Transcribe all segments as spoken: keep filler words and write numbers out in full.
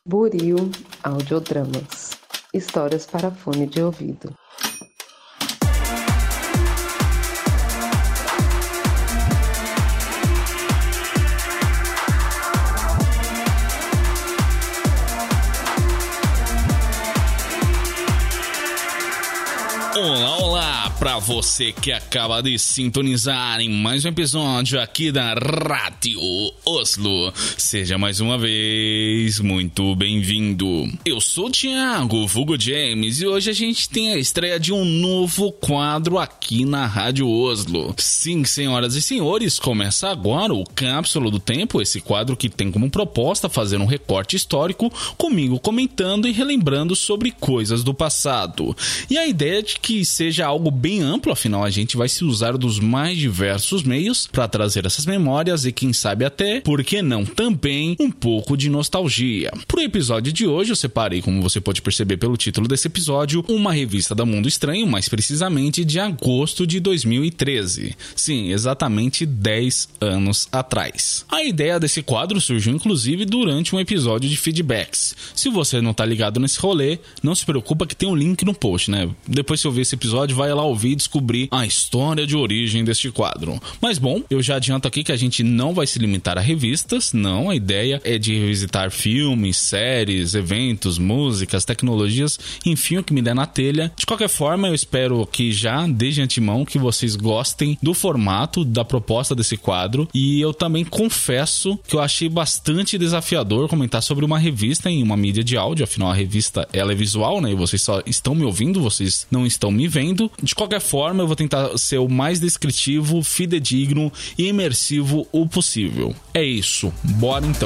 Buril Audiodramas. Histórias para fone de ouvido. Olá, olá, pra você que acaba de sintonizar em mais um episódio aqui da Rádio Oslo. Seja mais uma vez muito bem-vindo. Eu sou o Thiago, vulgo James, e hoje a gente tem a estreia de um novo quadro aqui na Rádio Oslo. Sim, senhoras e senhores, começa agora o Cápsula do Tempo, esse quadro que tem como proposta fazer um recorte histórico, comigo comentando e relembrando sobre coisas do passado. E a ideia é de que seja algo bem amplo, afinal a gente vai se usar dos mais diversos meios para trazer essas memórias e quem sabe até, por que não também, um pouco de nostalgia. Pro episódio de hoje eu separei, como você pode perceber pelo título desse episódio, uma revista da Mundo Estranho, mais precisamente de agosto de dois mil e treze. Sim, exatamente dez anos atrás. A ideia desse quadro surgiu inclusive durante um episódio de feedbacks. Se você não tá ligado nesse rolê, não se preocupa que tem um link no post, né? Depois se eu ver esse episódio, vai lá ouvir e descobrir a história de origem deste quadro. Mas bom, eu já adianto aqui que a gente não vai se limitar a revistas, não, a ideia é de revisitar filmes, séries, eventos, músicas, tecnologias, enfim, o que me der na telha. De qualquer forma, eu espero que já, desde antemão, que vocês gostem do formato, da proposta desse quadro, e eu também confesso que eu achei bastante desafiador comentar sobre uma revista em uma mídia de áudio, afinal a revista ela é visual, né, e vocês só estão me ouvindo, vocês não estão me vendo. De qualquer forma, eu vou tentar ser o mais descritivo, fidedigno e imersivo o possível. É isso, bora então.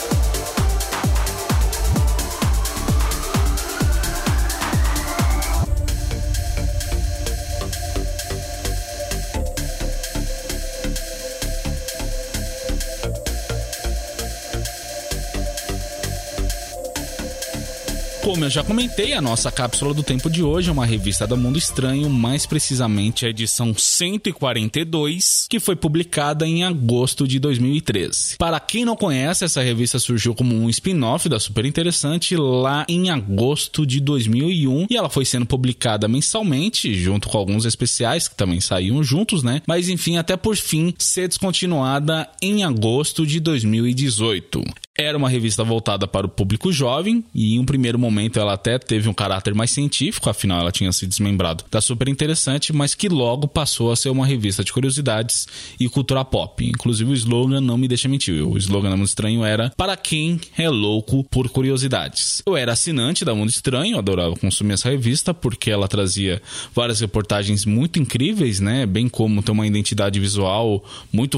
Como eu já comentei, a nossa cápsula do tempo de hoje é uma revista da Mundo Estranho, mais precisamente a edição cento e quarenta e dois, que foi publicada em agosto de dois mil e treze. Para quem não conhece, essa revista surgiu como um spin-off da Super Interessante lá em agosto de dois mil e um, e ela foi sendo publicada mensalmente, junto com alguns especiais que também saíam juntos, né? Mas enfim, até por fim ser descontinuada em agosto de dois mil e dezoito. Era uma revista voltada para o público jovem e em um primeiro momento ela até teve um caráter mais científico, afinal ela tinha se desmembrado da Super Interessante, mas que logo passou a ser uma revista de curiosidades e cultura pop. Inclusive o slogan não me deixa mentir, o slogan da Mundo Estranho era "Para quem é louco por curiosidades". Eu era assinante da Mundo Estranho, adorava consumir essa revista porque ela trazia várias reportagens muito incríveis, né? Bem como ter uma identidade visual muito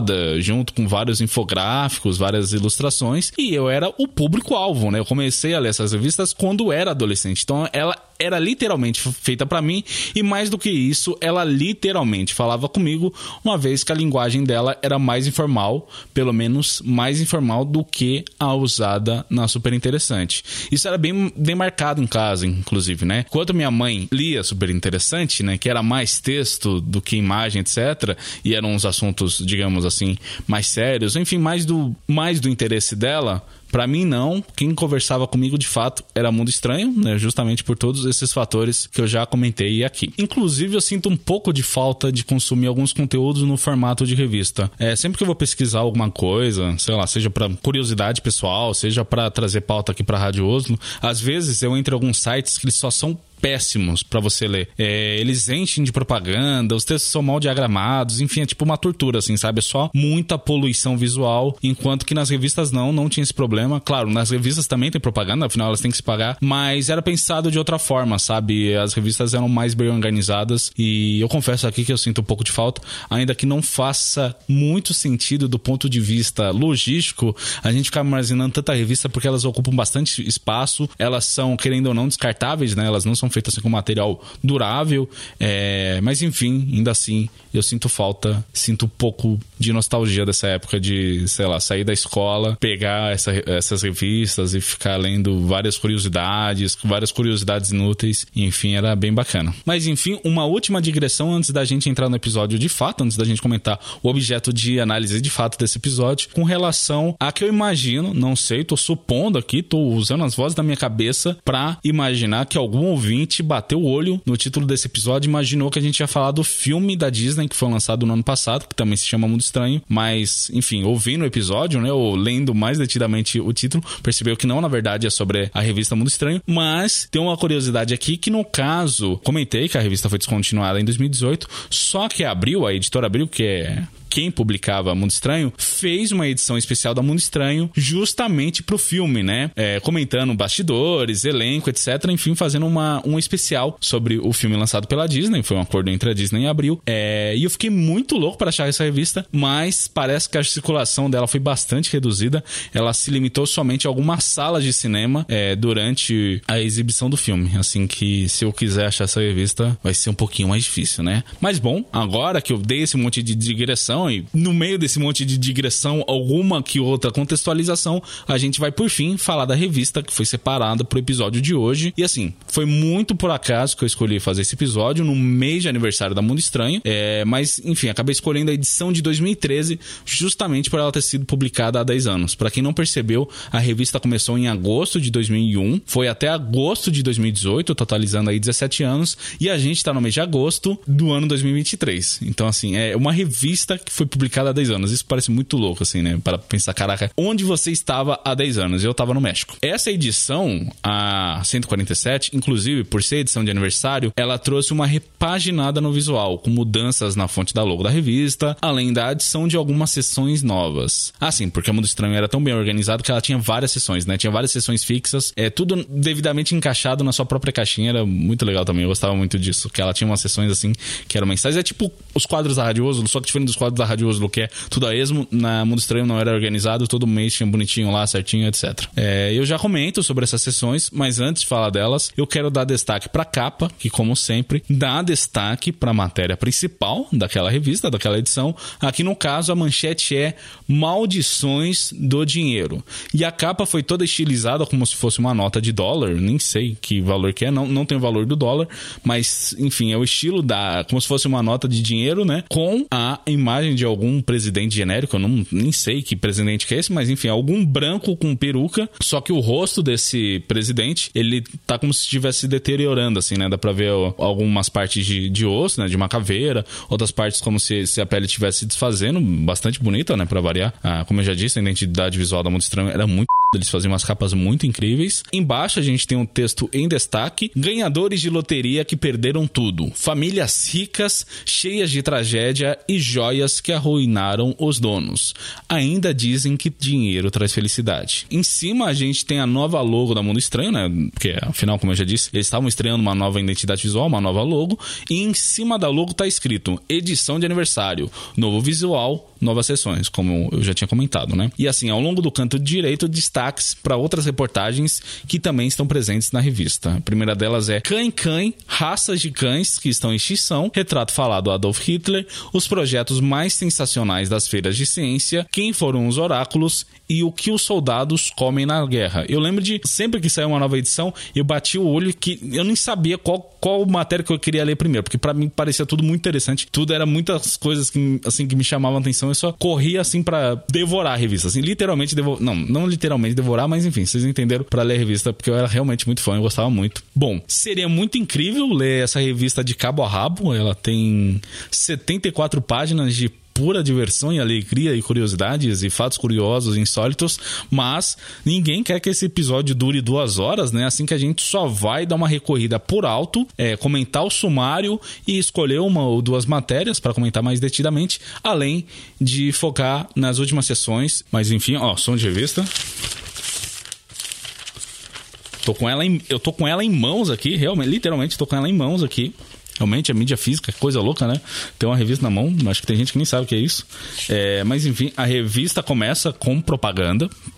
junto com vários infográficos, várias ilustrações, e eu era o público-alvo, né? Eu comecei a ler essas revistas quando era adolescente, então ela era literalmente feita pra mim, e mais do que isso, ela literalmente falava comigo, uma vez que a linguagem dela era mais informal, pelo menos mais informal do que a usada na Super Interessante. Isso era bem demarcado em casa, inclusive, né? Enquanto minha mãe lia Super Interessante, né, que era mais texto do que imagem, etcétera, e eram uns assuntos, digamos assim, mais sérios, enfim, mais do, mais do interesse dela. Pra mim não, quem conversava comigo de fato era Mundo Estranho, né? Justamente por todos esses fatores que eu já comentei aqui. Inclusive eu sinto um pouco de falta de consumir alguns conteúdos no formato de revista. É, sempre que eu vou pesquisar alguma coisa, sei lá, seja pra curiosidade pessoal, seja pra trazer pauta aqui pra Rádio Oslo, às vezes eu entro em alguns sites que eles só são péssimos pra você ler. É, eles enchem de propaganda, os textos são mal diagramados, enfim, é tipo uma tortura, assim, sabe? É só muita poluição visual, enquanto que nas revistas não, não tinha esse problema. Claro, nas revistas também tem propaganda, afinal elas têm que se pagar, mas era pensado de outra forma, sabe? As revistas eram mais bem organizadas e eu confesso aqui que eu sinto um pouco de falta, ainda que não faça muito sentido do ponto de vista logístico a gente ficar armazenando tanta revista porque elas ocupam bastante espaço, elas são, querendo ou não, descartáveis, né? Elas não são são feitas assim, com material durável, é, mas enfim, ainda assim, eu sinto falta, sinto um pouco de nostalgia dessa época de, sei lá, sair da escola, pegar essa, essas revistas e ficar lendo várias curiosidades, várias curiosidades inúteis, enfim, era bem bacana. Mas enfim, uma última digressão antes da gente entrar no episódio de fato, antes da gente comentar o objeto de análise de fato desse episódio, com relação a que eu imagino, não sei, tô supondo aqui, tô usando as vozes da minha cabeça pra imaginar que algum ouvinte bateu o olho no título desse episódio, imaginou que a gente ia falar do filme da Disney que foi lançado no ano passado, que também se chama Mundo Estranho, mas, enfim, ouvindo o episódio, né, ou lendo mais detidamente o título, percebeu que não, na verdade, é sobre a revista Mundo Estranho, mas tem uma curiosidade aqui que, no caso, comentei que a revista foi descontinuada em dois mil e dezoito, só que a Abril, a editora Abril, que é quem publicava Mundo Estranho, fez uma edição especial da Mundo Estranho justamente pro filme, né? É, comentando bastidores, elenco, etcétera. Enfim, fazendo uma, um especial sobre o filme lançado pela Disney. Foi um acordo entre a Disney e a Abril. É, e eu fiquei muito louco para achar essa revista, mas parece que a circulação dela foi bastante reduzida. Ela se limitou somente a algumas salas de cinema é, durante a exibição do filme. Assim que, se eu quiser achar essa revista, vai ser um pouquinho mais difícil, né? Mas bom, agora que eu dei esse monte de digressão, e no meio desse monte de digressão, alguma que outra contextualização, a gente vai por fim falar da revista que foi separada pro episódio de hoje. E assim, foi muito por acaso que eu escolhi fazer esse episódio no mês de aniversário da Mundo Estranho, é, mas enfim, acabei escolhendo a edição de dois mil e treze justamente por ela ter sido publicada há dez anos. Para quem não percebeu, a revista começou em agosto de dois mil e um, foi até agosto de dois mil e dezoito, totalizando aí dezessete anos, e a gente tá no mês de agosto do ano dois mil e vinte e três. Então assim, é uma revista que foi publicada há dez anos. Isso parece muito louco, assim, né? Para pensar, caraca, onde você estava há dez anos? Eu estava no México. Essa edição, a cento e quarenta e sete, inclusive, por ser edição de aniversário, ela trouxe uma repaginada no visual, com mudanças na fonte da logo da revista, além da adição de algumas seções novas. Ah, sim, porque a Mundo Estranho era tão bem organizado que ela tinha várias seções, né? Tinha várias seções fixas, é tudo devidamente encaixado na sua própria caixinha. Era muito legal também, eu gostava muito disso, que ela tinha umas seções, assim, que eram mensais. É tipo os quadros da Rádio Oslo, só que diferente dos quadros da Rádio Oslo, que é tudo a esmo, na Mundo Estranho não era organizado, todo mês tinha bonitinho lá, certinho, etcétera. É, eu já comento sobre essas sessões, mas antes de falar delas, eu quero dar destaque pra capa, que como sempre, dá destaque pra matéria principal daquela revista, daquela edição. Aqui no caso, a manchete é Maldições do Dinheiro. E a capa foi toda estilizada como se fosse uma nota de dólar, nem sei que valor que é, não, não tem o valor do dólar, mas enfim, é o estilo da, como se fosse uma nota de dinheiro, né, com a imagem de algum presidente genérico, eu não, nem sei que presidente que é esse, mas enfim, algum branco com peruca, só que o rosto desse presidente, ele tá como se estivesse se deteriorando, assim, né, dá pra ver algumas partes de, de osso, né, de uma caveira, outras partes como se, se a pele estivesse se desfazendo, bastante bonita, né, pra variar. Ah, como eu já disse, a identidade visual da Mundo Estranho era muito... Eles faziam umas capas muito incríveis. Embaixo a gente tem um texto em destaque: ganhadores de loteria que perderam tudo. Famílias ricas, cheias de tragédia e joias que arruinaram os donos. Ainda dizem que dinheiro traz felicidade. Em cima a gente tem a nova logo da Mundo Estranho, né? Porque afinal, como eu já disse, eles estavam estreando uma nova identidade visual, uma nova logo. E em cima da logo tá escrito: edição de aniversário, novo visual, novas sessões, como eu já tinha comentado, né? E assim, ao longo do canto direito, destaques para outras reportagens que também estão presentes na revista. A primeira delas é Cãe Cãe, raças de cães que estão em extinção, retrato falado do Adolf Hitler, os projetos mais sensacionais das feiras de ciência, quem foram os oráculos e o que os soldados comem na guerra. Eu lembro de, sempre que saiu uma nova edição, eu bati o olho que eu nem sabia qual, qual matéria que eu queria ler primeiro, porque para mim parecia tudo muito interessante, tudo era muitas coisas que, assim, que me chamavam a atenção, eu só corria assim para devorar a revista, assim, literalmente devorar, não, não literalmente devorar, mas enfim, vocês entenderam, para ler a revista, porque eu era realmente muito fã, eu gostava muito. Bom, seria muito incrível ler essa revista de cabo a rabo, ela tem setenta e quatro páginas de pura diversão e alegria e curiosidades e fatos curiosos e insólitos, mas ninguém quer que esse episódio dure duas horas, né? Assim que a gente só vai dar uma recorrida por alto, é, comentar o sumário e escolher uma ou duas matérias para comentar mais detidamente, além de focar nas últimas sessões. Mas enfim, ó, som de revista. Tô com ela em, eu tô com ela em mãos aqui, realmente, literalmente tô com ela em mãos aqui. Realmente, a mídia física, coisa louca, né? Tem uma revista na mão, acho que tem gente que nem sabe o que é isso. É, mas enfim, a revista começa com propaganda, né?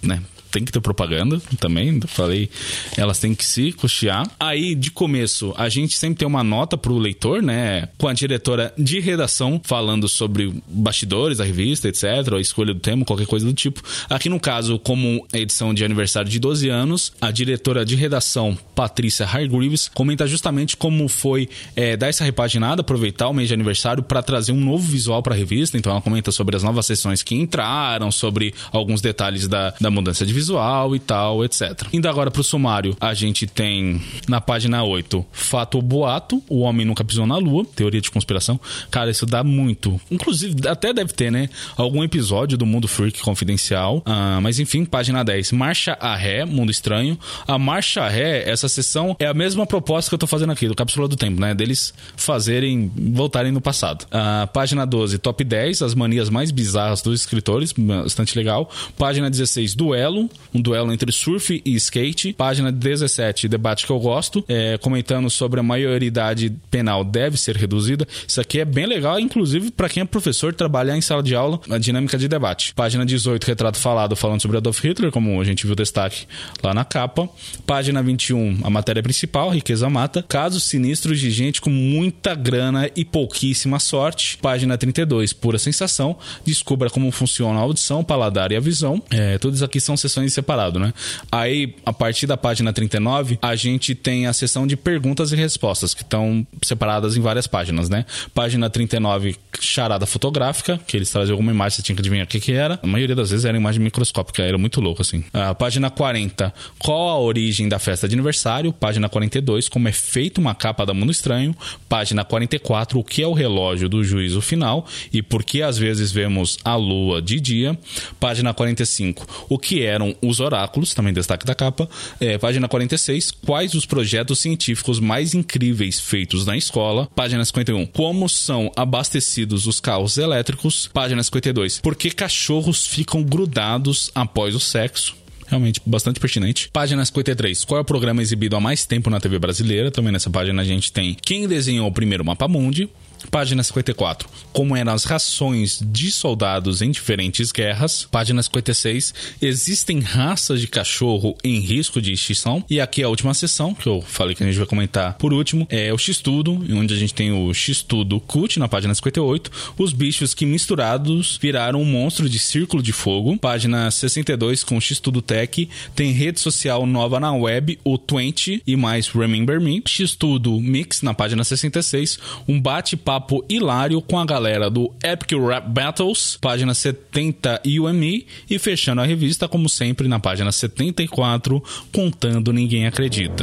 tem que ter propaganda também, falei, elas têm que se custear. Aí, de começo, a gente sempre tem uma nota pro leitor, né, com a diretora de redação falando sobre bastidores da revista, etc, a escolha do tema, qualquer coisa do tipo. Aqui no caso, como edição de aniversário de doze anos, a diretora de redação, Patrícia Hargreaves, comenta justamente como foi é, dar essa repaginada, aproveitar o mês de aniversário para trazer um novo visual para a revista. Então ela comenta sobre as novas sessões que entraram, sobre alguns detalhes da, da mudança de visual e tal, etcétera. Indo agora pro sumário, a gente tem na página oito, Fato ou Boato, o homem nunca pisou na lua, teoria de conspiração. Cara, isso dá muito. Inclusive, até deve ter, né, algum episódio do Mundo Freak Confidencial. Ah, mas enfim, página dez, Marcha a Ré, Mundo Estranho. A Marcha a Ré, essa sessão é a mesma proposta que eu tô fazendo aqui, do Cápsula do Tempo, né, deles fazerem, voltarem no passado. Ah, página doze, Top dez, as manias mais bizarras dos escritores, bastante legal. Página dezesseis, Duelo, um duelo entre surf e skate. Página dezessete, Debate que eu gosto, é, comentando sobre a maioridade penal deve ser reduzida. Isso aqui é bem legal, inclusive para quem é professor, trabalhar em sala de aula, a dinâmica de debate. Página dezoito, Retrato Falado, falando sobre Adolf Hitler, como a gente viu o destaque lá na capa. Página vinte e um, a matéria principal, Riqueza Mata. Casos sinistros de gente com muita grana e pouquíssima sorte. Página trinta e dois, Pura Sensação, descubra como funciona a audição, o paladar e a visão. É, todos aqui são sessões separadas, né? Aí, a partir da página trinta e nove, a gente tem a seção de perguntas e respostas, que estão separadas em várias páginas, né? Página trinta e nove, Charada Fotográfica, que eles traziam alguma imagem, você tinha que adivinhar o que que era. A maioria das vezes era imagem microscópica, era muito louco, assim. A página quarenta, Qual a origem da festa de aniversário? Página quarenta e dois, Como é feita uma capa da Mundo Estranho? Página quarenta e quatro, O que é o relógio do juízo final? E por que às vezes vemos a lua de dia? Página quarenta e cinco, O que eram os oráculos? Também destaque da capa. É, página quarenta e seis, Quais os projetos científicos mais incríveis feitos na escola? Página cinquenta e um, Como são abastecidos os carros elétricos? Página cinquenta e dois, Por que cachorros ficam grudados após o sexo? Realmente bastante pertinente. Página cinquenta e três, Qual é o programa exibido há mais tempo na T V brasileira? Também nessa página a gente tem Quem desenhou o primeiro mapa mundi. Página cinquenta e quatro, Como eram as rações de soldados em diferentes guerras. Página cinquenta e seis, Existem raças de cachorro em risco de extinção. E aqui a última sessão, que eu falei que a gente vai comentar por último, é o X-Tudo, onde a gente tem o X-Tudo Cult na página cinquenta e oito, Os bichos que misturados viraram um monstro de círculo de fogo. Página sessenta e dois, com o X-Tudo Tech, tem rede social nova na web, o vinte e mais Remember Me. X-Tudo Mix na página sessenta e seis, um bate-papo papo hilário com a galera do Epic Rap Battles, página setenta, U M E, e fechando a revista, como sempre, na página setenta e quatro, Contando Ninguém Acredita.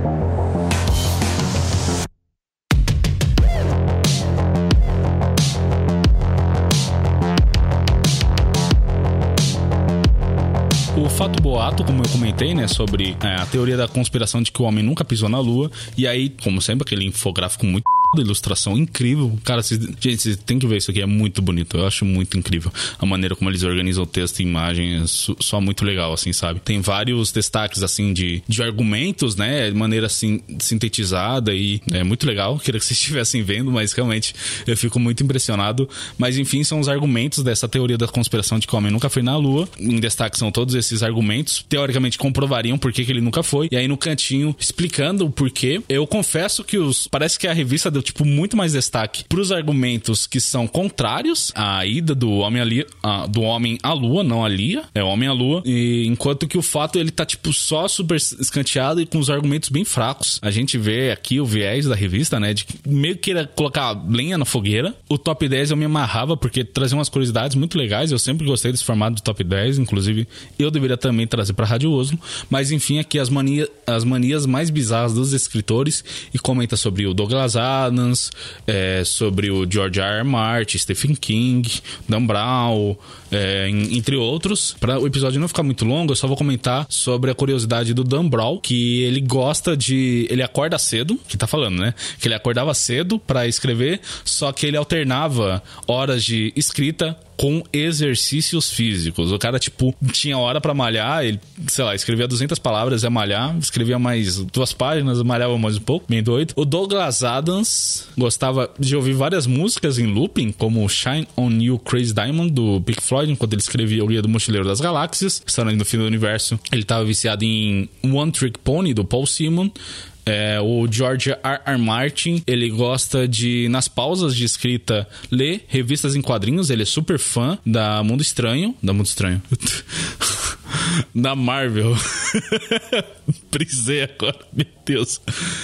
O Fato Boato, como eu comentei, né, sobre é, a teoria da conspiração de que o homem nunca pisou na lua, e aí, como sempre, aquele infográfico muito ilustração incrível. Cara, cês, gente, vocês tem que ver isso aqui, é muito bonito. Eu acho muito incrível a maneira como eles organizam o texto e imagem, é só muito legal, assim, sabe? Tem vários destaques, assim, de, de argumentos, né, de maneira, assim, sintetizada, e é muito legal. Queria que vocês estivessem vendo, mas realmente eu fico muito impressionado. Mas, enfim, são os argumentos dessa teoria da conspiração de que o homem nunca foi na lua. Em destaque são todos esses argumentos, teoricamente comprovariam por que, que ele nunca foi, e aí no cantinho explicando o porquê. Eu confesso que os parece que a revista deu tipo muito mais destaque pros argumentos que são contrários à ida do homem ali, a, do homem à lua, não à Lia, é o homem à lua, e enquanto que o fato ele tá tipo só super escanteado e com os argumentos bem fracos. A gente vê aqui o viés da revista, né, de meio que queira colocar lenha na fogueira. O top dez eu me amarrava porque trazia umas curiosidades muito legais, eu sempre gostei desse formato do top dez, inclusive eu deveria também trazer pra Rádio Oslo, mas enfim, aqui as, mania, as manias mais bizarras dos escritores, e comenta sobre o Douglas Adams, é, sobre o George R. R. Martin, Stephen King, Dan Brown, é, entre outros. Para o episódio não ficar muito longo, eu só vou comentar sobre a curiosidade do Dan Brown, que ele gosta de... ele acorda cedo, que tá falando, né? Que ele acordava cedo pra escrever, só que ele alternava horas de escrita com exercícios físicos. O cara, tipo, tinha hora pra malhar, ele, sei lá, escrevia duzentas palavras, ia malhar, escrevia mais duas páginas, malhava mais um pouco, bem doido. O Douglas Adams gostava de ouvir várias músicas em looping, como Shine On You Crazy Diamond, do Pink Floyd, enquanto ele escrevia o Guia do Mochileiro das Galáxias, estando ali no fim do universo. Ele tava viciado em One Trick Pony, do Paul Simon. É, o George R. R. Martin, ele gosta de, nas pausas de escrita, ler revistas em quadrinhos. Ele é super fã da Mundo Estranho. Da Mundo Estranho. Da Marvel. Brisei agora, meu Deus.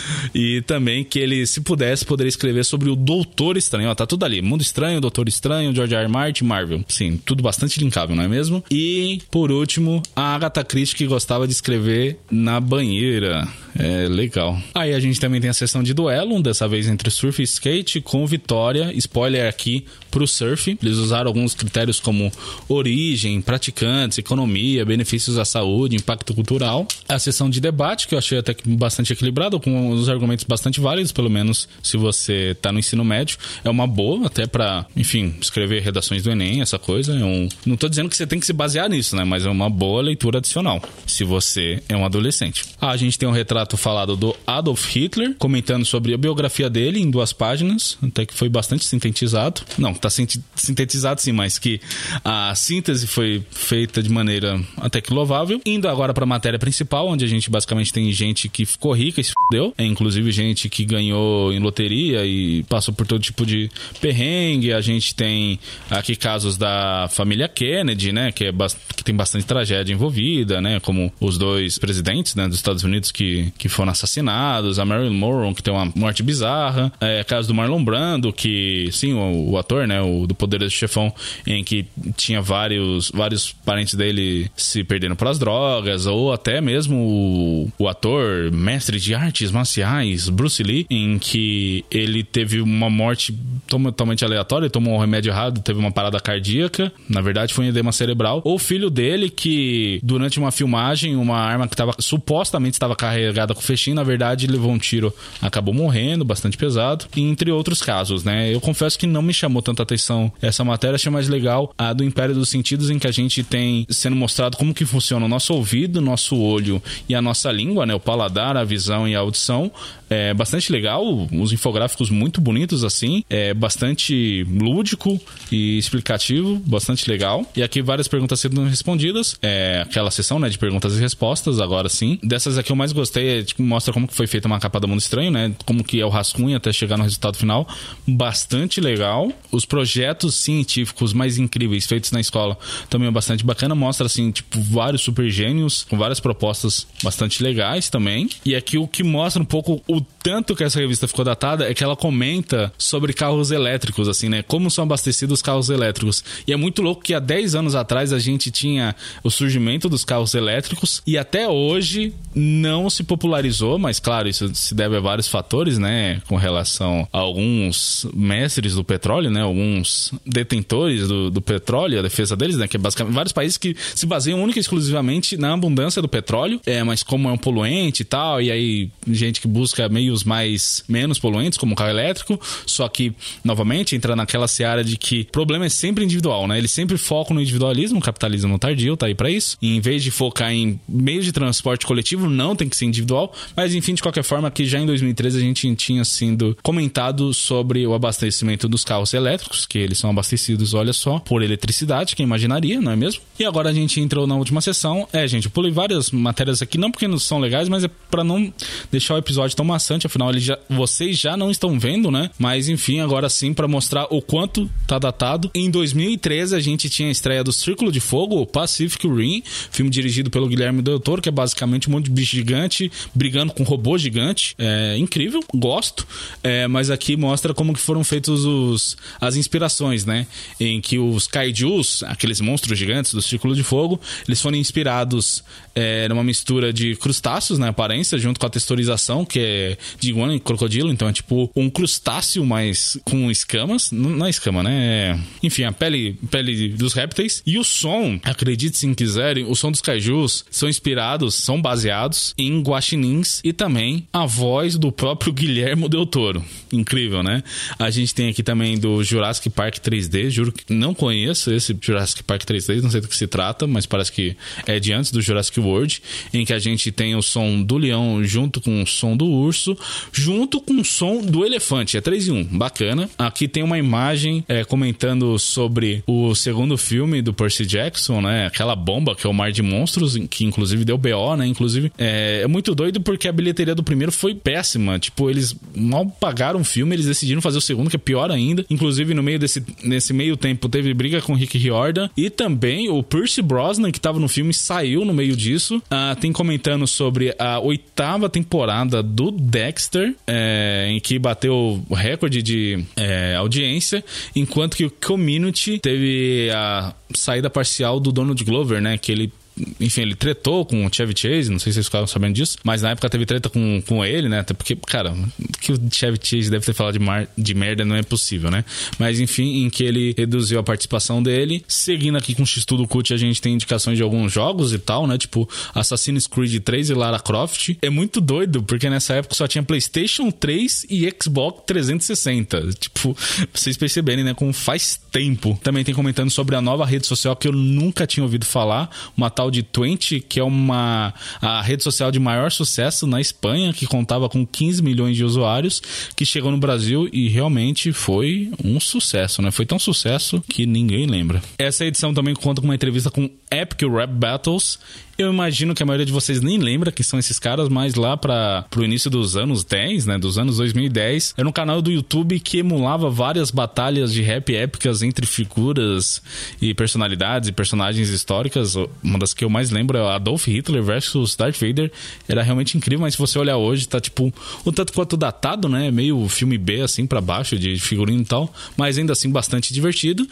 E também que ele, se pudesse, poderia escrever sobre o Doutor Estranho. Ó, tá tudo ali. Mundo Estranho, Doutor Estranho, George R. R. Martin, Marvel. Sim, tudo bastante linkável, não é mesmo? E, por último, a Agatha Christie, que gostava de escrever na banheira. É legal. Aí a gente também tem a sessão de duelo, dessa vez entre surf e skate, com vitória. Spoiler aqui pro surf. Eles usaram alguns critérios como origem, praticantes, economia, benefícios à saúde, impacto cultural. A sessão de debate, que eu achei até que bastante equilibrado, com os argumentos bastante válidos, pelo menos se você tá no ensino médio. É uma boa, até pra, enfim, escrever redações do Enem, essa coisa. É um... Não tô dizendo que você tem que se basear nisso, né? Mas é uma boa leitura adicional, se você é um adolescente. Ah, a gente tem um retrato falado do Adolf Hitler, comentando sobre a biografia dele em duas páginas, até que foi bastante sintetizado. Não, tá sintetizado sim, mas que a síntese foi feita de maneira até que louvável. Indo agora pra matéria principal, onde a gente basicamente tem gente que ficou rica e se fudeu, é, inclusive gente que ganhou em loteria e passou por todo tipo de perrengue. A gente tem aqui casos da família Kennedy, né, que, é bast- que tem bastante tragédia envolvida, né, como os dois presidentes, né, dos Estados Unidos que, que foram assassinados, a Marilyn Monroe, que tem uma morte bizarra, é, caso do Marlon Brando, que, sim, o, o ator, né, o do Poderoso Chefão, em que tinha vários, vários parentes dele se perdendo pelas drogas, ou até mesmo o, o ator mestre de artes marciais, Bruce Lee, em que ele teve uma morte totalmente aleatória, tomou um remédio errado, teve uma parada cardíaca, na verdade foi um edema cerebral. Ou o filho dele, que durante uma filmagem, uma arma que tava, supostamente estava carregada com fechinho, na verdade levou um tiro, acabou morrendo, bastante pesado, entre outros casos, né? Eu confesso que não me chamou tanta atenção essa matéria, achei mais legal a do Império dos Sentidos, em que a gente tem sendo mostrado como que funciona o nosso ouvido, nosso olho e a nossa língua, né? O paladar, a visão e a audição. É bastante legal, os infográficos muito bonitos assim, é bastante lúdico e explicativo, bastante legal. E aqui várias perguntas sendo respondidas, é aquela sessão, né, de perguntas e respostas, agora sim. Dessas aqui eu mais gostei, é, tipo, mostra como que foi feita uma capa do Mundo Estranho, né, como que é o rascunho até chegar no resultado final, bastante legal. Os projetos científicos mais incríveis feitos na escola também é bastante bacana, mostra assim, tipo, vários super gênios com várias propostas bastante legais também. E aqui o que mostra um pouco o tanto que essa revista ficou datada é que ela comenta sobre carros elétricos, assim, né? Como são abastecidos os carros elétricos. E é muito louco que há dez anos atrás a gente tinha o surgimento dos carros elétricos e até hoje não se popularizou, mas claro, isso se deve a vários fatores, né? Com relação a alguns mestres do petróleo, né? Alguns detentores do, do petróleo, a defesa deles, né? Que é basicamente vários países que se baseiam única e exclusivamente na abundância do petróleo, é, mas como é um poluente e tal, e aí gente que busca meios mais menos poluentes, como o carro elétrico, só que, novamente, entra naquela seara de que o problema é sempre individual, né? Eles sempre focam no individualismo, o capitalismo tardio tá aí pra isso, e em vez de focar em meios de transporte coletivo, não tem que ser individual, mas enfim, de qualquer forma, que já em dois mil e treze a gente tinha sido comentado sobre o abastecimento dos carros elétricos, que eles são abastecidos, olha só, por eletricidade, quem imaginaria, não é mesmo? E agora a gente entrou na última sessão, é, gente, eu pulei várias matérias aqui, não porque não são legais, mas é pra não deixar o episódio tão maçante, afinal ele já, vocês já não estão vendo, né? Mas enfim, agora sim, pra mostrar o quanto tá datado. Em dois mil e treze a gente tinha a estreia do Círculo de Fogo, o Pacific Rim, filme dirigido pelo Guilherme Del Toro, que é basicamente um monte de bicho gigante brigando com um robô gigante. É incrível, gosto. É, mas aqui mostra como que foram feitos os, as inspirações, né? Em que os kaijus, aqueles monstros gigantes do Círculo de Fogo, eles foram inspirados é, numa mistura de crustáceos, na aparência, junto com a texturização, que é de iguana e crocodilo, então é tipo um crustáceo, mas com escamas, não é escama, né? Enfim, a pele, pele dos répteis. E o som, acredite se quiserem, o som dos kaijus são inspirados, são baseados em guaxinins e também a voz do próprio Guilherme Del Toro. Incrível, né? A gente tem aqui também do Jurassic Jurassic Park três D, juro que não conheço esse Jurassic Park três D, não sei do que se trata, mas parece que é de antes do Jurassic World, em que a gente tem o som do leão junto com o som do urso, junto com o som do elefante. É três em um, bacana. Aqui tem uma imagem é, comentando sobre o segundo filme do Percy Jackson, né? Aquela bomba que é o Mar de Monstros, que inclusive deu B O, né? Inclusive, é, é muito doido porque a bilheteria do primeiro foi péssima. Tipo, eles mal pagaram o filme, eles decidiram fazer o segundo, que é pior ainda. Inclusive, no meio desse nesse meio tempo, teve briga com o Rick Riordan. E também o Pierce Brosnan, que tava no filme, saiu no meio disso. Ah, tem comentando sobre a oitava temporada do Dexter, é, em que bateu o recorde de é, audiência, enquanto que o Community teve a saída parcial do Donald Glover, né? Que ele enfim, ele tretou com o Chevy Chase, não sei se vocês ficaram sabendo disso, mas na época teve treta com, com ele, né? Até porque, cara, que o Chevy Chase deve ter falado de, mar, de merda não é possível, né? Mas enfim, em que ele reduziu a participação dele. Seguindo aqui com o X-Tudo Cult, a gente tem indicações de alguns jogos e tal, né? Tipo Assassin's Creed três e Lara Croft. É muito doido, porque nessa época só tinha PlayStation três e Xbox trezentos e sessenta. Tipo, pra vocês perceberem, né? Como faz tempo. Também tem comentando sobre a nova rede social que eu nunca tinha ouvido falar, uma tal de Twenty, que é uma a rede social de maior sucesso na Espanha, que contava com quinze milhões de usuários, que chegou no Brasil e realmente foi um sucesso, né? Foi tão sucesso que ninguém lembra. Essa edição também conta com uma entrevista com Epic Rap Battles. Eu imagino que a maioria de vocês nem lembra quem são esses caras, mas lá para pro início dos anos dez, né, dos anos dois mil e dez, era um canal do YouTube que emulava várias batalhas de rap épicas entre figuras e personalidades e personagens históricas. Uma das que eu mais lembro é Adolf Hitler versus Darth Vader. Era realmente incrível, mas se você olhar hoje, tá tipo um tanto quanto datado, né, meio filme B assim para baixo de figurino e tal, mas ainda assim bastante divertido.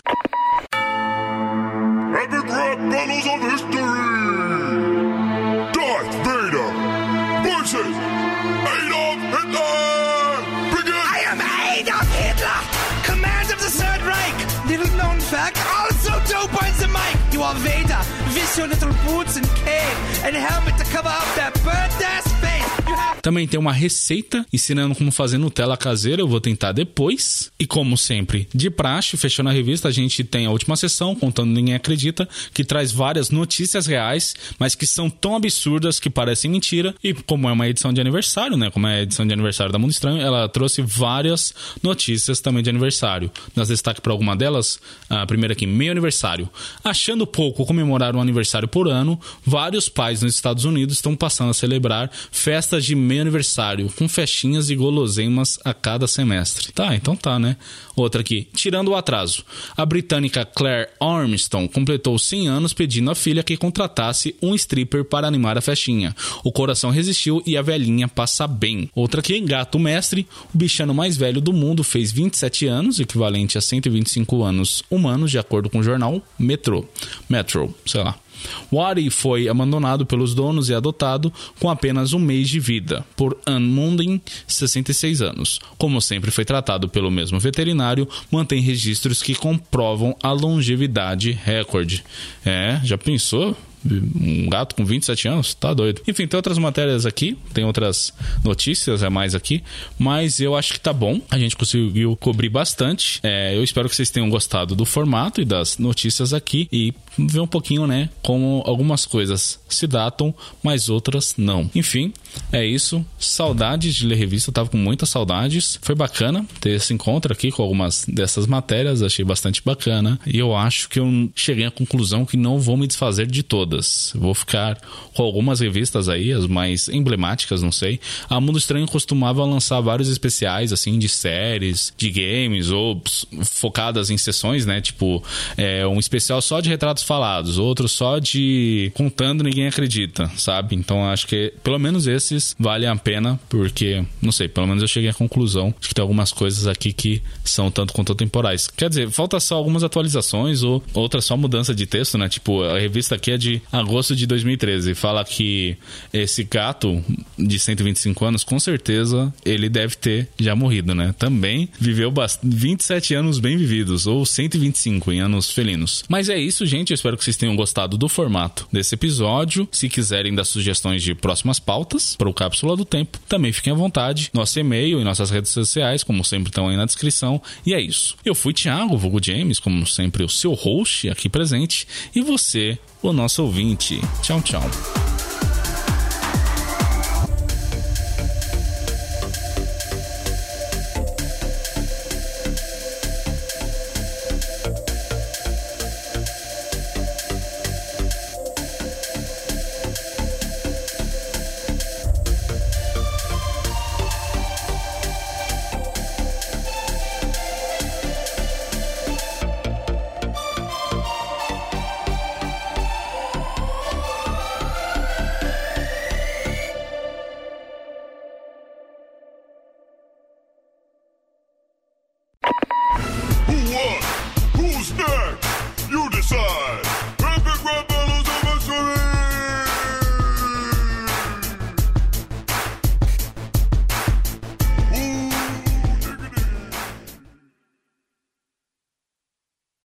Epic Rap Battles of History! Darth Vader versus Adolf Hitler! Begin! I am Adolf Hitler, commander of the Third Reich! Little known fact, also dope on the mic! You are Vader, with your little boots and cape and helmet to cover up that burnt-ass face! You have... Também tem uma receita ensinando como fazer Nutella caseira, eu vou tentar depois. E como sempre, de praxe, fechando a revista, a gente tem a última sessão, contando Ninguém Acredita, que traz várias notícias reais, mas que são tão absurdas que parecem mentira. E como é uma edição de aniversário, né? Como é a edição de aniversário da Mundo Estranho, ela trouxe várias notícias também de aniversário. Nós destaque para alguma delas, a primeira aqui, meio aniversário. Achando pouco comemorar um aniversário por ano, vários pais nos Estados Unidos estão passando a celebrar festas de meio aniversário, com festinhas e guloseimas a cada semestre. Tá, então tá, né? Outra aqui, tirando o atraso. A britânica Claire Armstrong completou cem anos pedindo à filha que contratasse um stripper para animar a festinha. O coração resistiu e a velhinha passa bem. Outra aqui, Gato Mestre. O bichano mais velho do mundo fez vinte e sete anos, equivalente a cento e vinte e cinco anos humanos, de acordo com o jornal Metro. Metro, sei lá. Wally foi abandonado pelos donos e adotado com apenas um mês de vida, por Ann Mundin, sessenta e seis anos. Como sempre foi tratado pelo mesmo veterinário, mantém registros que comprovam a longevidade recorde. É, já pensou? Um gato com vinte e sete anos? Tá doido. Enfim, tem outras matérias aqui, tem outras notícias a mais aqui, mas eu acho que tá bom. A gente conseguiu cobrir bastante. É, eu espero que vocês tenham gostado do formato e das notícias aqui e ver um pouquinho, né, como algumas coisas se datam, mas outras não. Enfim, é isso. Saudades de ler revista, eu tava com muitas saudades. Foi bacana ter esse encontro aqui com algumas dessas matérias, achei bastante bacana. E eu acho que eu cheguei à conclusão que não vou me desfazer de todas. Vou ficar com algumas revistas aí, as mais emblemáticas, não sei. A Mundo Estranho costumava lançar vários especiais, assim, de séries, de games, ou focadas em sessões, né? Tipo, é, um especial só de retratos falados, outro só de contando Ninguém Acredita, sabe? Então acho que pelo menos esses valem a pena, porque, não sei, pelo menos eu cheguei à conclusão de que tem algumas coisas aqui que são tanto quanto temporais. Quer dizer, falta só algumas atualizações ou outra só mudança de texto, né? Tipo, a revista aqui é de agosto de dois mil e treze. Fala que esse gato de cento e vinte e cinco anos, com certeza, ele deve ter já morrido, né? Também viveu vinte e sete anos bem vividos, ou cento e vinte e cinco em anos felinos. Mas é isso, gente. Eu espero que vocês tenham gostado do formato desse episódio. Se quiserem dar sugestões de próximas pautas para o Cápsula do Tempo, também fiquem à vontade. Nosso e-mail e nossas redes sociais, como sempre, estão aí na descrição. E é isso. Eu fui Thiago, vulgo James, como sempre, o seu host aqui presente. E você, o nosso ouvinte. Tchau, tchau.